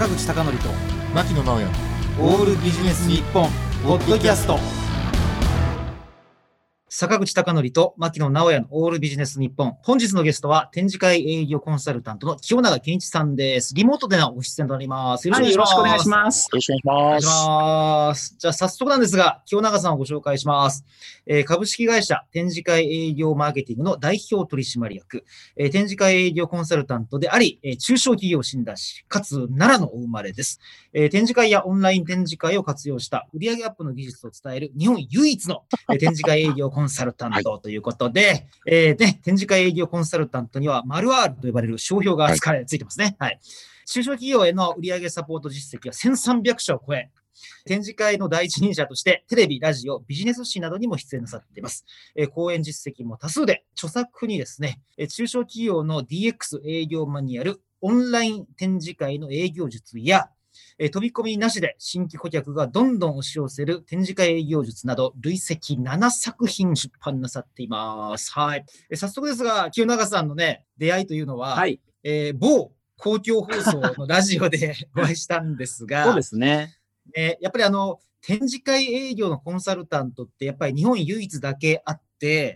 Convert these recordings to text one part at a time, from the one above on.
坂口孝則と牧野直哉オールビジネス日本ポッドキャスト。坂口孝則と牧野直哉のオールビジネス日本。本日のゲストは展示会営業コンサルタントの清永健一さんです。リモートでのご出演となります。 よろしくお願いします。 よろしくお願いします。 じゃあ早速なんですが、清永さんをご紹介します。株式会社展示会営業マーケティングの代表取締役、展示会営業コンサルタントであり、中小企業診断士、かつ奈良のお生まれです。展示会やオンライン展示会を活用した売上アップの技術を伝える日本唯一の展示会営業コンサルタントということで、展示会営業コンサルタントには丸 R と呼ばれる商標がついてますね。はい。中小企業への売上サポート実績は1300社を超え、展示会の第一人者としてテレビ、ラジオ、ビジネス誌などにも出演なさっています。講演実績も多数で、著作にですね、中小企業の DX 営業マニュアル、オンライン展示会の営業術や、飛び込みなしで新規顧客がどんどん押し寄せる展示会営業術など累積7作品出版なさっています。はい。早速ですが、清永さんのね、出会いというのは、はい、某公共放送のラジオでお会いしたんですが、 そうですね。 やっぱり展示会営業のコンサルタントってやっぱり日本唯一だけあって、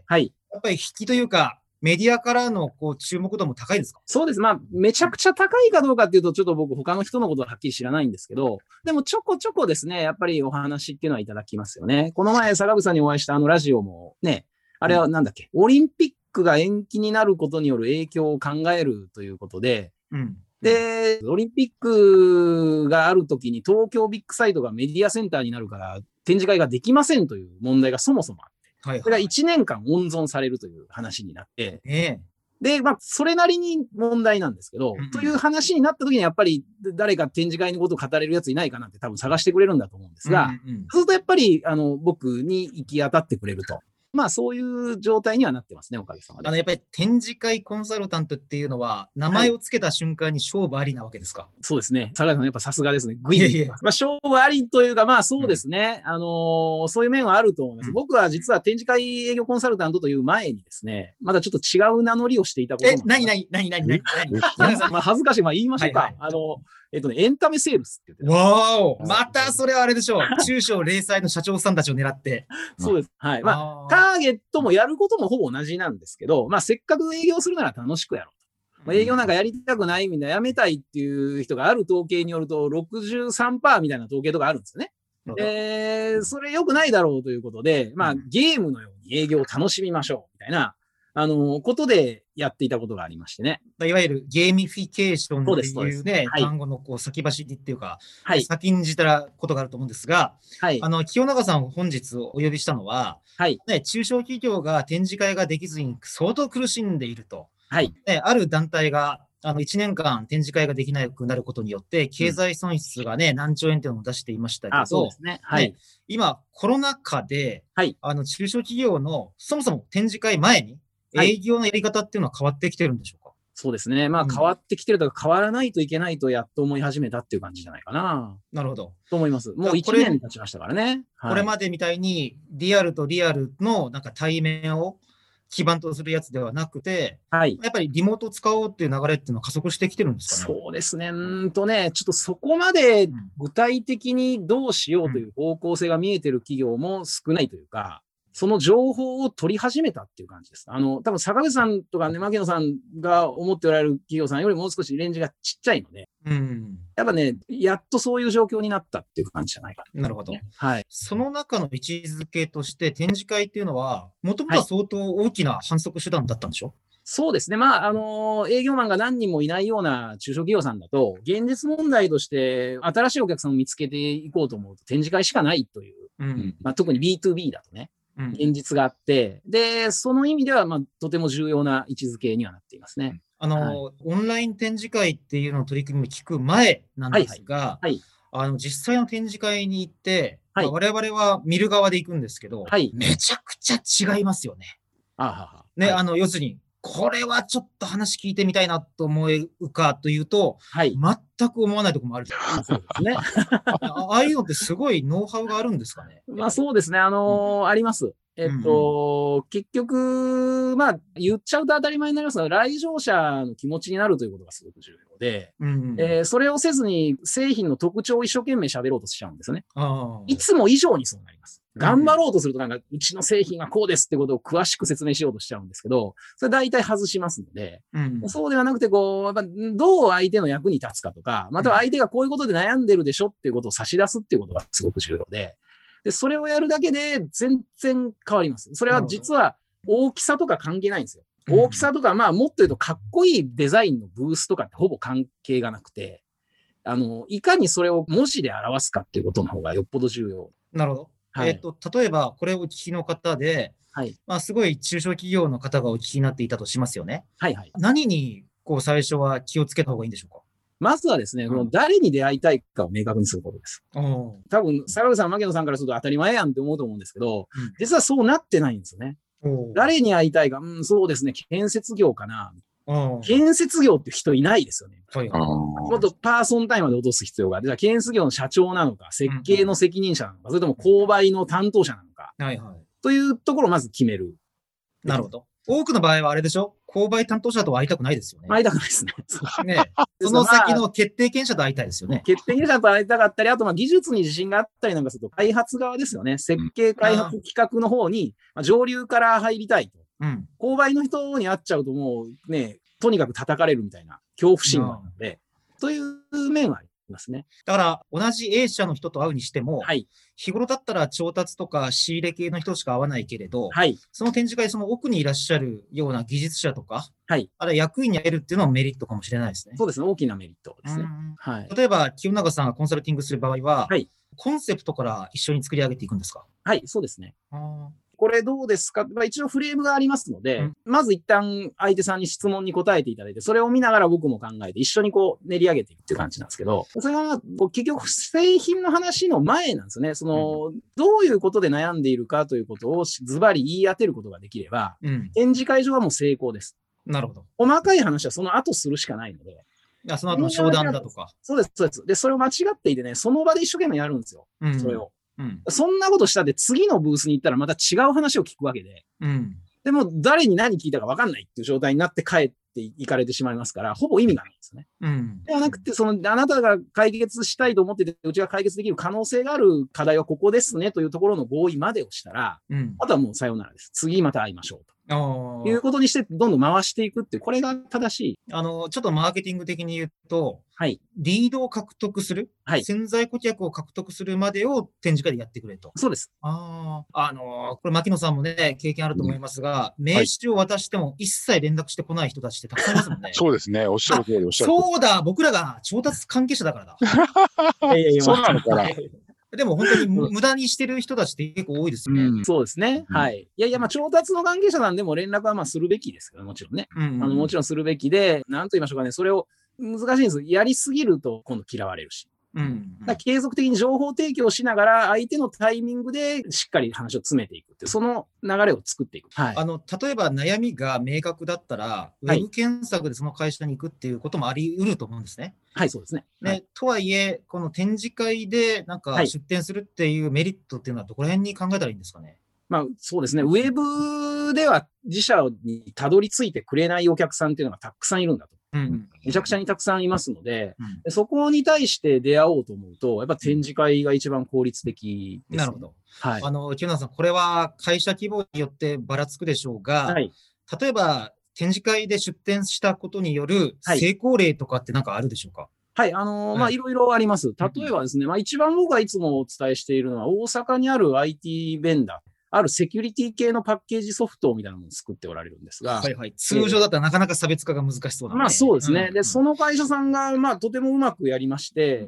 はい、やっぱり引きというか、メディアからの注目度も高いですか？ そうです。まあ、めちゃくちゃ高いかどうかっていうと、ちょっと僕他の人のことははっきり知らないんですけど、でもちょこちょこですね、やっぱりお話っていうのはいただきますよね。この前、坂口さんにお会いしたラジオもね、あれはなんだっけ、オリンピックが延期になることによる影響を考えるということで、で、オリンピックがあるときに東京ビッグサイトがメディアセンターになるから展示会ができませんという問題がそもそもあって、それが1年間温存されるという話になって、で、まあ、それなりに問題なんですけど、という話になったときにやっぱり誰か展示会のことを語れるやついないかなって多分探してくれるんだと思うんですが、そうするとやっぱり僕に行き当たってくれると。まあそういう状態にはなってますね、おかげさまで。 やっぱり展示会コンサルタントっていうのは、名前をつけた瞬間に勝負ありなわけですか？ そうですね。坂井さんやっぱさすがですね。グイグイ。まあ勝負ありというか、まあそうですね。そういう面はあると思います。僕は実は展示会営業コンサルタントという前にですね、まだちょっと違う名乗りをしていたことも。 何まあ恥ずかしい。まあ言いましょうか。エンタメセールスって言ってた。 わーお。またそれはあれでしょう。中小零細の社長さんたちを狙って。 そうです。はい。まあ、ターゲットもやることもほぼ同じなんですけど、まあ、せっかく営業するなら楽しくやろうと。まあ、営業なんかやりたくないみたいな、やめたいっていう人がある統計によると、63% みたいな統計とかあるんですよね。それ良くないだろうということで、まあ、ゲームのように営業を楽しみましょうみたいな、ことでやっていたことがありましてね。 いわゆるゲーミフィケーションっていうね、単語の先走りっていうか、先んじたことがあると思うんですが、清永さんを本日お呼びしたのは、中小企業が展示会ができずに相当苦しんでいると。ある団体が1年間展示会ができなくなることによって、経済損失がね、何兆円というのを出していましたけど、今、コロナ禍で、中小企業のそもそも展示会前に、営業のやり方っていうのは変わってきてるんでしょうか？ そうですね。まあ、変わってきてるとか、変わらないといけないとやっと思い始めたっていう感じじゃないかな。 なるほど。 と思います。もう1年経ちましたからね。 これまでみたいに、リアルとリアルのなんか対面を基盤とするやつではなくて、やっぱりリモートを使おうっていう流れっていうのは加速してきてるんですかね？ そうですね。ちょっとそこまで具体的にどうしようという方向性が見えてる企業も少ないというか、その情報を取り始めたっていう感じです。多分坂口さんとかね、牧野さんが思っておられる企業さんよりもう少しレンジがちっちゃいので、やっぱね、やっとそういう状況になったっていう感じじゃないかな。 なるほど。 はい。 その中の位置づけとして展示会っていうのは、もともとは相当大きな販促手段だったんでしょ？ そうですね。まあ、営業マンが何人もいないような中小企業さんだと、現実問題として新しいお客さんを見つけていこうと思うと展示会しかないという、まあ、特に B2B だとね。現実があって、で、その意味では、まあ、とても重要な位置づけにはなっていますね。 オンライン展示会っていうのを取り組みを聞く前なんですが、実際の展示会に行って、我々は見る側で行くんですけど、めちゃくちゃ違いますよね。要するに、これはちょっと話聞いてみたいなと思うかというと、全く思わないところもあるじゃないですか。ああいうのってすごいノウハウがあるんですかね？ まあそうですね。あります。 結局、まあ、言っちゃうと当たり前になりますが、来場者の気持ちになるということがすごく重要で、それをせずに製品の特徴を一生懸命喋ろうとしちゃうんですよね。いつも以上にそうなります。頑張ろうとするとうちの製品はこうですってことを詳しく説明しようとしちゃうんですけど、それ大体外しますので、そうではなくて、やっぱどう相手の役に立つかとか、または相手がこういうことで悩んでるでしょっていうことを差し出すっていうことがすごく重要で、それをやるだけで全然変わります。それは実は大きさとか関係ないんですよ。大きさとか、まあもっと言うとかっこいいデザインのブースとかってほぼ関係がなくて、いかにそれを文字で表すかっていうことの方がよっぽど重要。 なるほど。例えば、これをお聞きの方で、まあ、すごい中小企業の方がお聞きになっていたとしますよね。何に、最初は気をつけた方がいいんでしょうか？ まずはですね、誰に出会いたいかを明確にすることです。多分、坂口さん、牧野さんからすると当たり前やんって思うと思うんですけど、実はそうなってないんですよね。誰に会いたいか、そうですね、建設業かな。建設業って人いないですよね。もっとパーソン単位まで落とす必要がある。じゃあ建設業の社長なのか、設計の責任者なのか、それとも購買の担当者なのか、というところをまず決める。 なるほど。多くの場合はあれでしょ？購買担当者とは会いたくないですよね。 会いたくないですね。 その先の決定権者と会いたいですよね。 決定権者と会いたかったり、あと技術に自信があったりなんかすると、開発側ですよね。設計開発企画の方に、上流から入りたいと。購買の人に会っちゃうともうね、とにかく叩かれるみたいな恐怖心があるので、という面はありますね。 だから、同じ A 社の人と会うにしても、日頃だったら調達とか仕入れ系の人しか会わないけれど、その展示会、その奥にいらっしゃるような技術者とか、あるいは役員に会えるっていうのはメリットかもしれないですね。 そうですね、大きなメリットですね。 例えば、清永さんがコンサルティングする場合は、コンセプトから一緒に作り上げていくんですか？ そうですね。これどうですか？一応フレームがありますので、まず一旦相手さんに質問に答えていただいて、それを見ながら僕も考えて一緒に練り上げていくっていう感じなんですけど、それは結局製品の話の前なんですよね。どういうことで悩んでいるかということをズバリ言い当てることができれば、展示会上はもう成功です。 なるほど。 細かい話はその後するしかないので。 その後の商談だとか。 そうです、そうです。で、それを間違っていてね、その場で一生懸命やるんですよ。それを。そんなことしたって次のブースに行ったらまた違う話を聞くわけで。でも誰に何聞いたか分かんないっていう状態になって帰っていかれてしまいますから、ほぼ意味がないんですね。ではなくて、あなたが解決したいと思ってて、うちが解決できる可能性がある課題はここですねというところの合意までをしたら、あとはもうさようならです。次また会いましょうと。いうことにして、どんどん回していくっていう、これが正しい。 ちょっとマーケティング的に言うと、リードを獲得する、潜在顧客を獲得するまでを展示会でやってくれと。 そうです。 これ、牧野さんもね、経験あると思いますが、名刺を渡しても一切連絡してこない人たちってたくさんいますもんね。 そうですね。おっしゃる通り、おっしゃる通り。 そうだ、僕らが調達関係者だからだ。 そうなのかな。 でも本当に無駄にしてる人たちって結構多いですよね。 そうですね。いや、調達の関係者なんでも連絡はするべきですけど、もちろんね。もちろんするべきで、なんと言いましょうかね、それを難しいんです。やりすぎると今度嫌われるし。継続的に情報提供しながら、相手のタイミングでしっかり話を詰めていくっていう、その流れを作っていく。 例えば悩みが明確だったら、ウェブ検索でその会社に行くっていうこともあり得ると思うんですね。 そうですね。 とはいえ、この展示会でなんか出展するっていうメリットっていうのはどこら辺に考えたらいいんですかね？ そうですね。ウェブでは自社にたどり着いてくれないお客さんっていうのがたくさんいるんだと。めちゃくちゃにたくさんいますので、そこに対して出会おうと思うと、やっぱ展示会が一番効率的です。 なるほど。清永さん、これは会社規模によってばらつくでしょうが、例えば展示会で出展したことによる成功例とかって何かあるでしょうか？ いろいろあります。例えばですね、一番僕がいつもお伝えしているのは、大阪にある IT ベンダー。あるセキュリティ系のパッケージソフトみたいなのを作っておられるんですが。 通常だったらなかなか差別化が難しそうなので。 そうですね。で、その会社さんが、とてもうまくやりまして、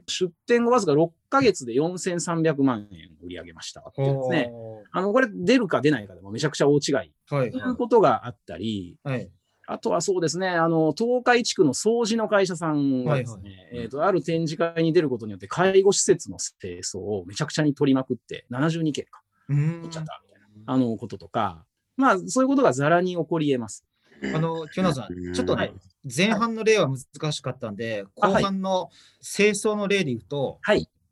出店後わずか6ヶ月で4300万円売り上げましたってですね。これ出るか出ないかでもめちゃくちゃ大違い。ということがあったり、あとはそうですね、東海地区の掃除の会社さんがですね、ある展示会に出ることによって介護施設の清掃をめちゃくちゃに取りまくって72件か。取っちゃったみたいな。こととか、そういうことがざらに起こり得ます。 清永さん、ちょっとね、前半の例は難しかったんで、後半の清掃の例で言うと、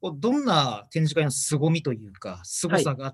どんな展示会の凄みというか、凄さがあって、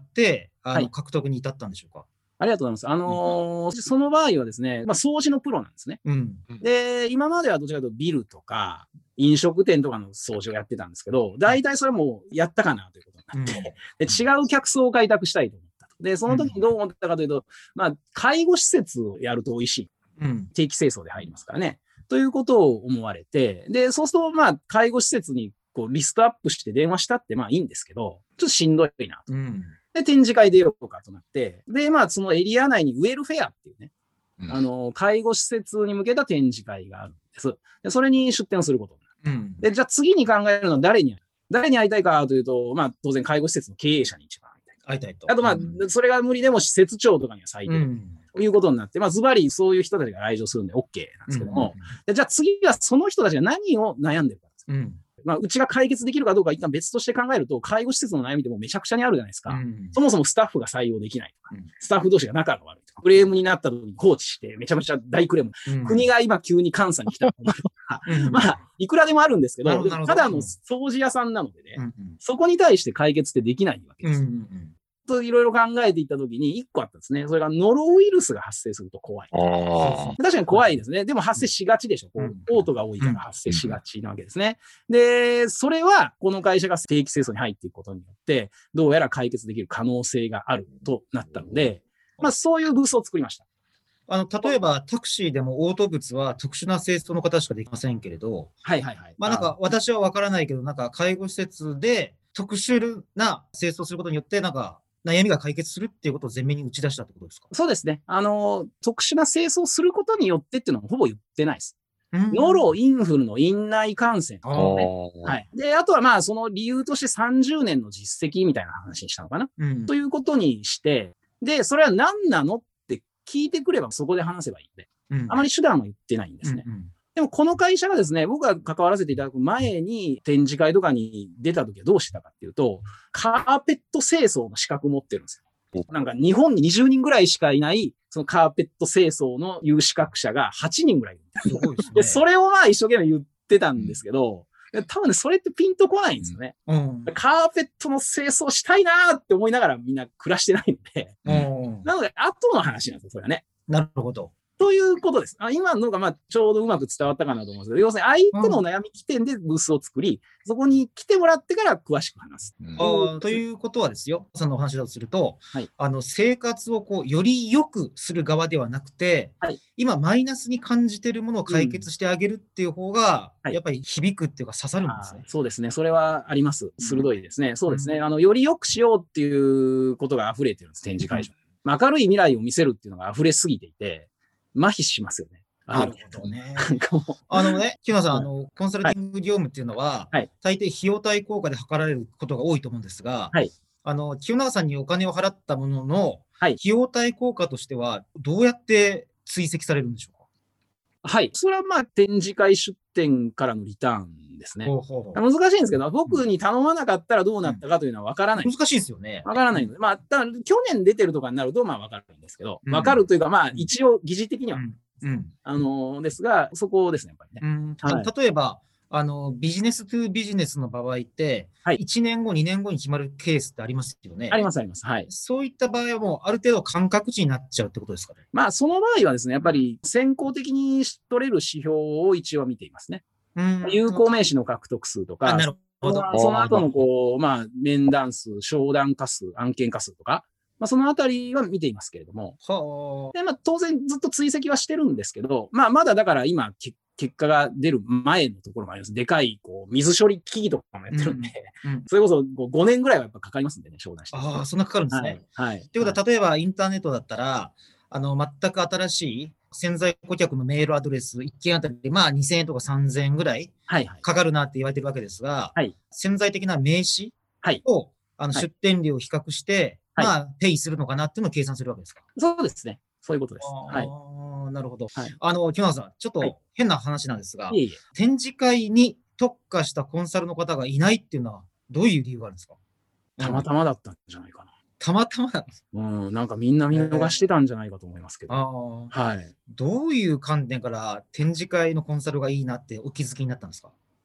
獲得に至ったんでしょうか。 ありがとうございます。その場合はですね、掃除のプロなんですね。で、今まではどちらかというとビルとか、飲食店とかの掃除をやってたんですけど、大体それもやったかなということになって、で違う客層を開拓したいと思ったと。で、その時にどう思ったかというと、介護施設をやると美味しい。定期清掃で入りますからね。ということを思われて、で、そうすると、介護施設にリストアップして電話したっていいんですけど、ちょっとしんどいなと。で、展示会出ようかとなって、で、そのエリア内にウェルフェアっていうね、介護施設に向けた展示会があるんです。で、それに出展をすることになる。で、じゃあ次に考えるのは誰に会いたいかというと、当然介護施設の経営者に一番会いたいと。あと、それが無理でも施設長とかには最低。ということになって、ズバリそういう人たちが来場するんで OK なんですけども、じゃあ次はその人たちが何を悩んでるかです。うちが解決できるかどうか一旦別として考えると、介護施設の悩みってもうめちゃくちゃにあるじゃないですか。そもそもスタッフが採用できないとか、スタッフ同士が仲が悪いとか、クレームになった時に放置してめちゃめちゃ大クレーム。国が今急に監査に来たとか、いくらでもあるんですけど、ただの掃除屋さんなのでね、そこに対して解決ってできないわけです。といろいろ考えていったときに、一個あったんですね。それがノロウイルスが発生すると怖い。確かに怖いですね。でも発生しがちでしょ。嘔吐が多いから発生しがちなわけですね。で、それは、この会社が定期清掃に入っていくことによって、どうやら解決できる可能性があるとなったので、そういうブースを作りました。 例えばタクシーでもオート物は特殊な清掃の方しかできませんけれど、私はわからないけど、介護施設で特殊な清掃することによって、悩みが解決するっていうことを前面に打ち出したってことですか？ そうですね。特殊な清掃することによってっていうのはほぼ言ってないです。ノロ、インフルの院内感染、で、あとはその理由として30年の実績みたいな話にしたのかな、ということにして、で、それは何なのって聞いてくればそこで話せばいいので、あまり手段は言ってないんですね。でもこの会社がですね、僕が関わらせていただく前に展示会とかに出た時はどうしたかっていうと、カーペット清掃の資格持ってるんですよ。日本に20人ぐらいしかいない、そのカーペット清掃の有資格者が8人ぐらいいる。すごいですね。で、それを一生懸命言ってたんですけど、多分ね、それってピンとこないんですよね。カーペットの清掃したいなーって思いながらみんな暮らしてないので。なので、後の話なんですよ、それはね。 なるほど。 ということです。今のがちょうどうまく伝わったかなと思うんですけど、要するに相手の悩み起点でブースを作り、そこに来てもらってから詳しく話す。 ということはですよ、そのお話だとすると、生活をより良くする側ではなくて、今マイナスに感じているものを解決してあげるっていう方が、やっぱり響くっていうか刺さるんですね。 そうですね。それはあります。鋭いですね。そうですね。より良くしようっていうことが溢れてるんです、展示会場。明るい未来を見せるっていうのが溢れすぎていて、麻痺しますよね。 なるほどね。木村さん、コンサルティング業務っていうのは、大抵費用対効果で測られることが多いと思うんですが、清永さんにお金を払ったものの、費用対効果としては、どうやって追跡されるんでしょうか？ はい。それは展示会出展からのリターンですね。難しいんですけど、僕に頼まなかったらどうなったかというのは分からない。 難しいですよね。 分からないので。ただ去年出てるとかになると、分かるんですけど、分かるというか、一応疑似的には。ですが、そこですね、やっぱりね。 例えば、ビジネストゥビジネスの場合って、1年後、2年後に決まるケースってありますよね。 あります、あります。はい。 そういった場合はもう、ある程度感覚値になっちゃうってことですかね。 その場合はですね、やっぱり先行的に取れる指標を一応見ていますね。有効名詞の獲得数とか、 なるほど。 その後の面談数、商談化数、案件化数とか、そのあたりは見ていますけれども。で、当然ずっと追跡はしてるんですけど、まだだから今、結果が出る前のところもあります。でかい、水処理機器とかもやってるんで、それこそ5年ぐらいはやっぱかかりますんでね、商談して。 そんなかかるんですね。ということは、例えばインターネットだったら、全く新しい潜在顧客のメールアドレス、1件あたりで2000円とか3000円ぐらいかかるなって言われてるわけですが、潜在的な名刺を出店料を比較して、ペイするのかなっていうのを計算するわけですか？ そうですね。そういうことです。 なるほど。木村さん、ちょっと変な話なんですが、展示会に特化したコンサルの方がいないっていうのは、どういう理由があるんですか？ たまたまだったんじゃないかな。 たまたまなんかみんな見逃してたんじゃないかと思いますけど。 どういう観点から展示会のコンサルがいいなってお気づきになったんですか？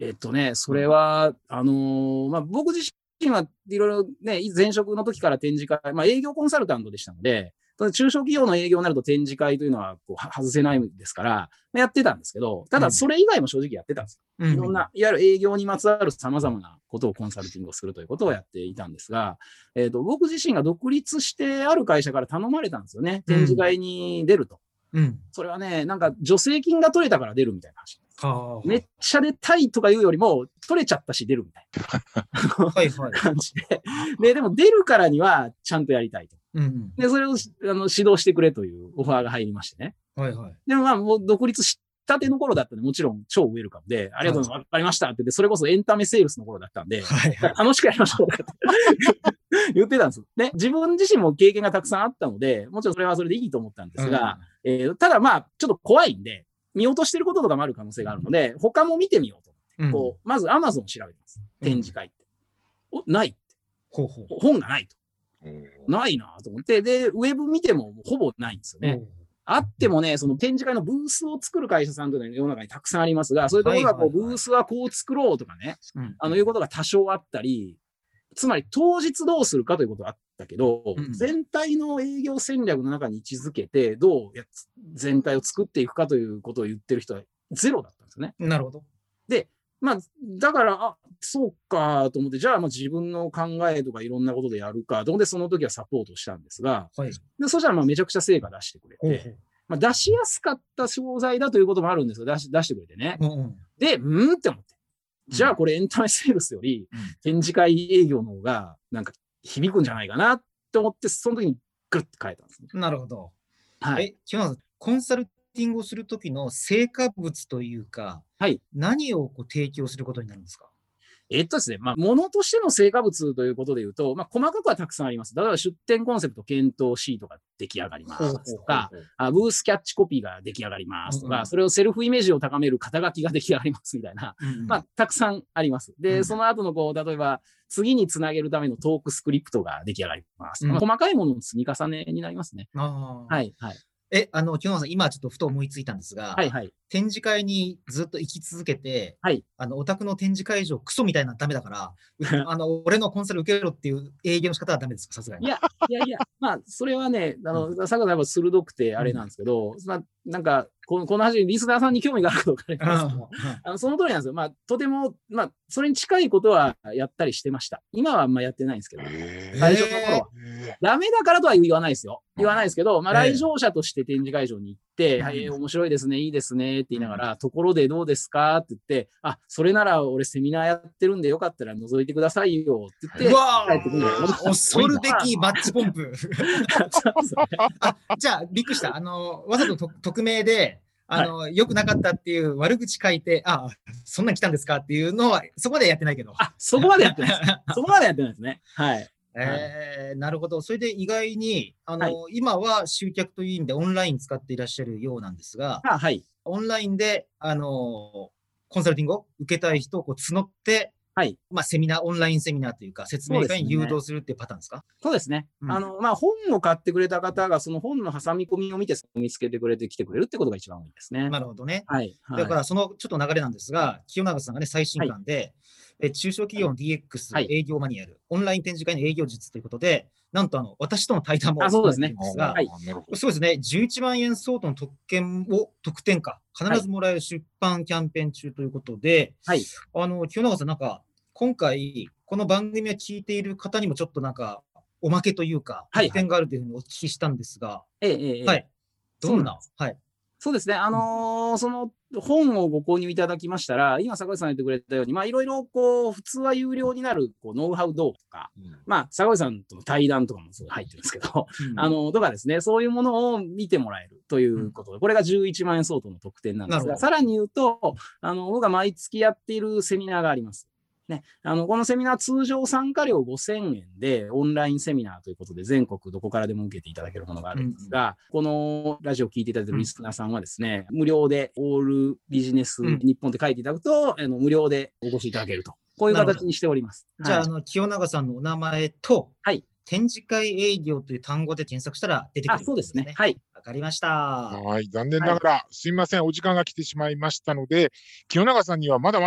それは、僕自身はいろいろね、前職の時から展示会、営業コンサルタントでしたので、中小企業の営業になると展示会というのはこう外せないですから、やってたんですけど、ただそれ以外も正直やってたんですよ。いろんな、いわゆる営業にまつわる様々なことをコンサルティングをするということをやっていたんですが、僕自身が独立してある会社から頼まれたんですよね。展示会に出ると。それはね、なんか助成金が取れたから出るみたいな話。めっちゃ出たいとか言うよりも、取れちゃったし出るみたいな感じで。でも出るからにはちゃんとやりたいと。で、それを指導してくれというオファーが入りましてね。でももう独立したての頃だったので、もちろん超ウェルカムで、ありがとうございます、わかりましたって言って、それこそエンタメセールスの頃だったんで、楽しくやりましょうって言ってたんです。ね、自分自身も経験がたくさんあったので、もちろんそれはそれでいいと思ったんですが、ただちょっと怖いんで、見落としてることとかもある可能性があるので、他も見てみようと。こうまず Amazon 調べてます。展示会って。ないって。本がないと。ないなと思って、で、ウェブ見てもほぼないんですよね。あってもね、その展示会のブースを作る会社さんというのは世の中にたくさんありますが、そういうところがこう、ブースはこう作ろうとかね、いうことが多少あったり、つまり当日どうするかということがあったけど、全体の営業戦略の中に位置づけて、どう全体を作っていくかということを言ってる人はゼロだったんですよね。 なるほど。 で、だから、そうかと思って、じゃあ自分の考えとかいろんなことでやるかと思って、その時はサポートしたんですが、でそしたらめちゃくちゃ成果出してくれて、出しやすかった商材だということもあるんですが、出してくれてね。で、って思って。じゃあこれエンタメセールスより展示会営業の方がなんか響くんじゃないかなって思って、その時にグッと変えたんですね。 なるほど。清永さん、コンサルティングをする時の成果物というか、何を提供することになるんですか？ ですね、物としての成果物ということで言うと、細かくはたくさんあります。例えば出展コンセプト検討シートが出来上がりますとか、ブースキャッチコピーが出来上がりますとか、それをセルフイメージを高める肩書きが出来上がりますみたいな、たくさんあります。で、その後の例えば、次につなげるためのトークスクリプトが出来上がります。細かいものの積み重ねになりますね。清永さん、今ちょっとふと思いついたんですが、展示会にずっと行き続けて、お宅の展示会場クソみたいなのダメだから、俺のコンサル受けろっていう営業の仕方はダメですか、さすがに。 いや、それはね、坂田さんは鋭くてあれなんですけど、なんか、この話にリスナーさんに興味があるかどうかあれなんですけど、その通りなんですよ。とても、それに近いことはやったりしてました。今はあんまやってないんですけど、最初の頃は。ダメだからとは言わないですよ。言わないですけど、来場者として展示会場に行って、面白いですね、いいですねって言いながら、ところでどうですかって言って、それなら俺セミナーやってるんでよかったら覗いてくださいよって言って、帰ってくるんだよ。 恐るべきマッチポンプ。じゃあ、びっくりした。わざと匿名で、良くなかったっていう悪口書いて、そんなん来たんですかっていうのは、そこまでやってないけど。 そこまでやってないです。そこまでやってないですね。 なるほど。それで意外に、今は集客という意味でオンライン使っていらっしゃるようなんですが、オンラインで、コンサルティングを受けたい人を募って、セミナー、オンラインセミナーというか、説明会に誘導するっていうパターンですか？ そうですね。本を買ってくれた方が、その本の挟み込みを見て、見つけてくれて来てくれるってことが一番多いですね。 なるほどね。だから、そのちょっと流れなんですが、清永さんがね、最新刊で、中小企業の DX 営業マニュアル、オンライン展示会の営業術ということで、なんと私との対談もそうですね。 そうですね、11万円相当の特典を、特典か、必ずもらえる出版キャンペーン中ということで、清永さん、なんか、今回、この番組を聞いている方にもちょっとなんか、おまけというか、特典があるというふうにお聞きしたんですが、どんな？ そうですね。その本をご購入いただきましたら、今、坂口さんが言ってくれたように、いろいろ普通は有料になるノウハウ動画とか、坂口さんとの対談とかも入ってるんですけど、とかですね、そういうものを見てもらえるということで、これが11万円相当の特典なんですが、さらに言うと、僕が毎月やっているセミナーがあります。このセミナー通常参加料5000円でオンラインセミナーということで全国どこからでも受けていただけるものがあるんですが、このラジオを聞いていただいているリスナーさんはですね、無料でオールビジネス日本って書いていただくと、無料でお越しいただけると。こういう形にしております。 じゃあ、清永さんのお名前と、展示会営業という単語で検索したら出てくる、 そうですね。 わかりました。 残念ながら、すみません、お時間が来てしまいましたので、清永さんにはまだまだ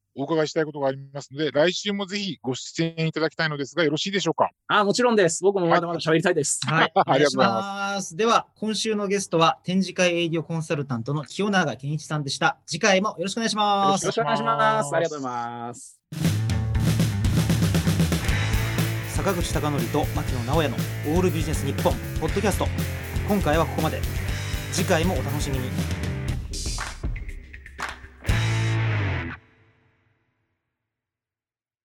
お伺いしたいことがありますので、来週もぜひご出演いただきたいのですが、よろしいでしょうか。 もちろんです。僕もまだまだ喋りたいです。 はい。 ありがとうございます。では、今週のゲストは、展示会営業コンサルタントの清永健一さんでした。次回もよろしくお願いします。 よろしくお願いします。ありがとうございます。 坂口孝則と牧野直哉のオールビジネス日本ポッドキャスト。今回はここまで。次回もお楽しみに。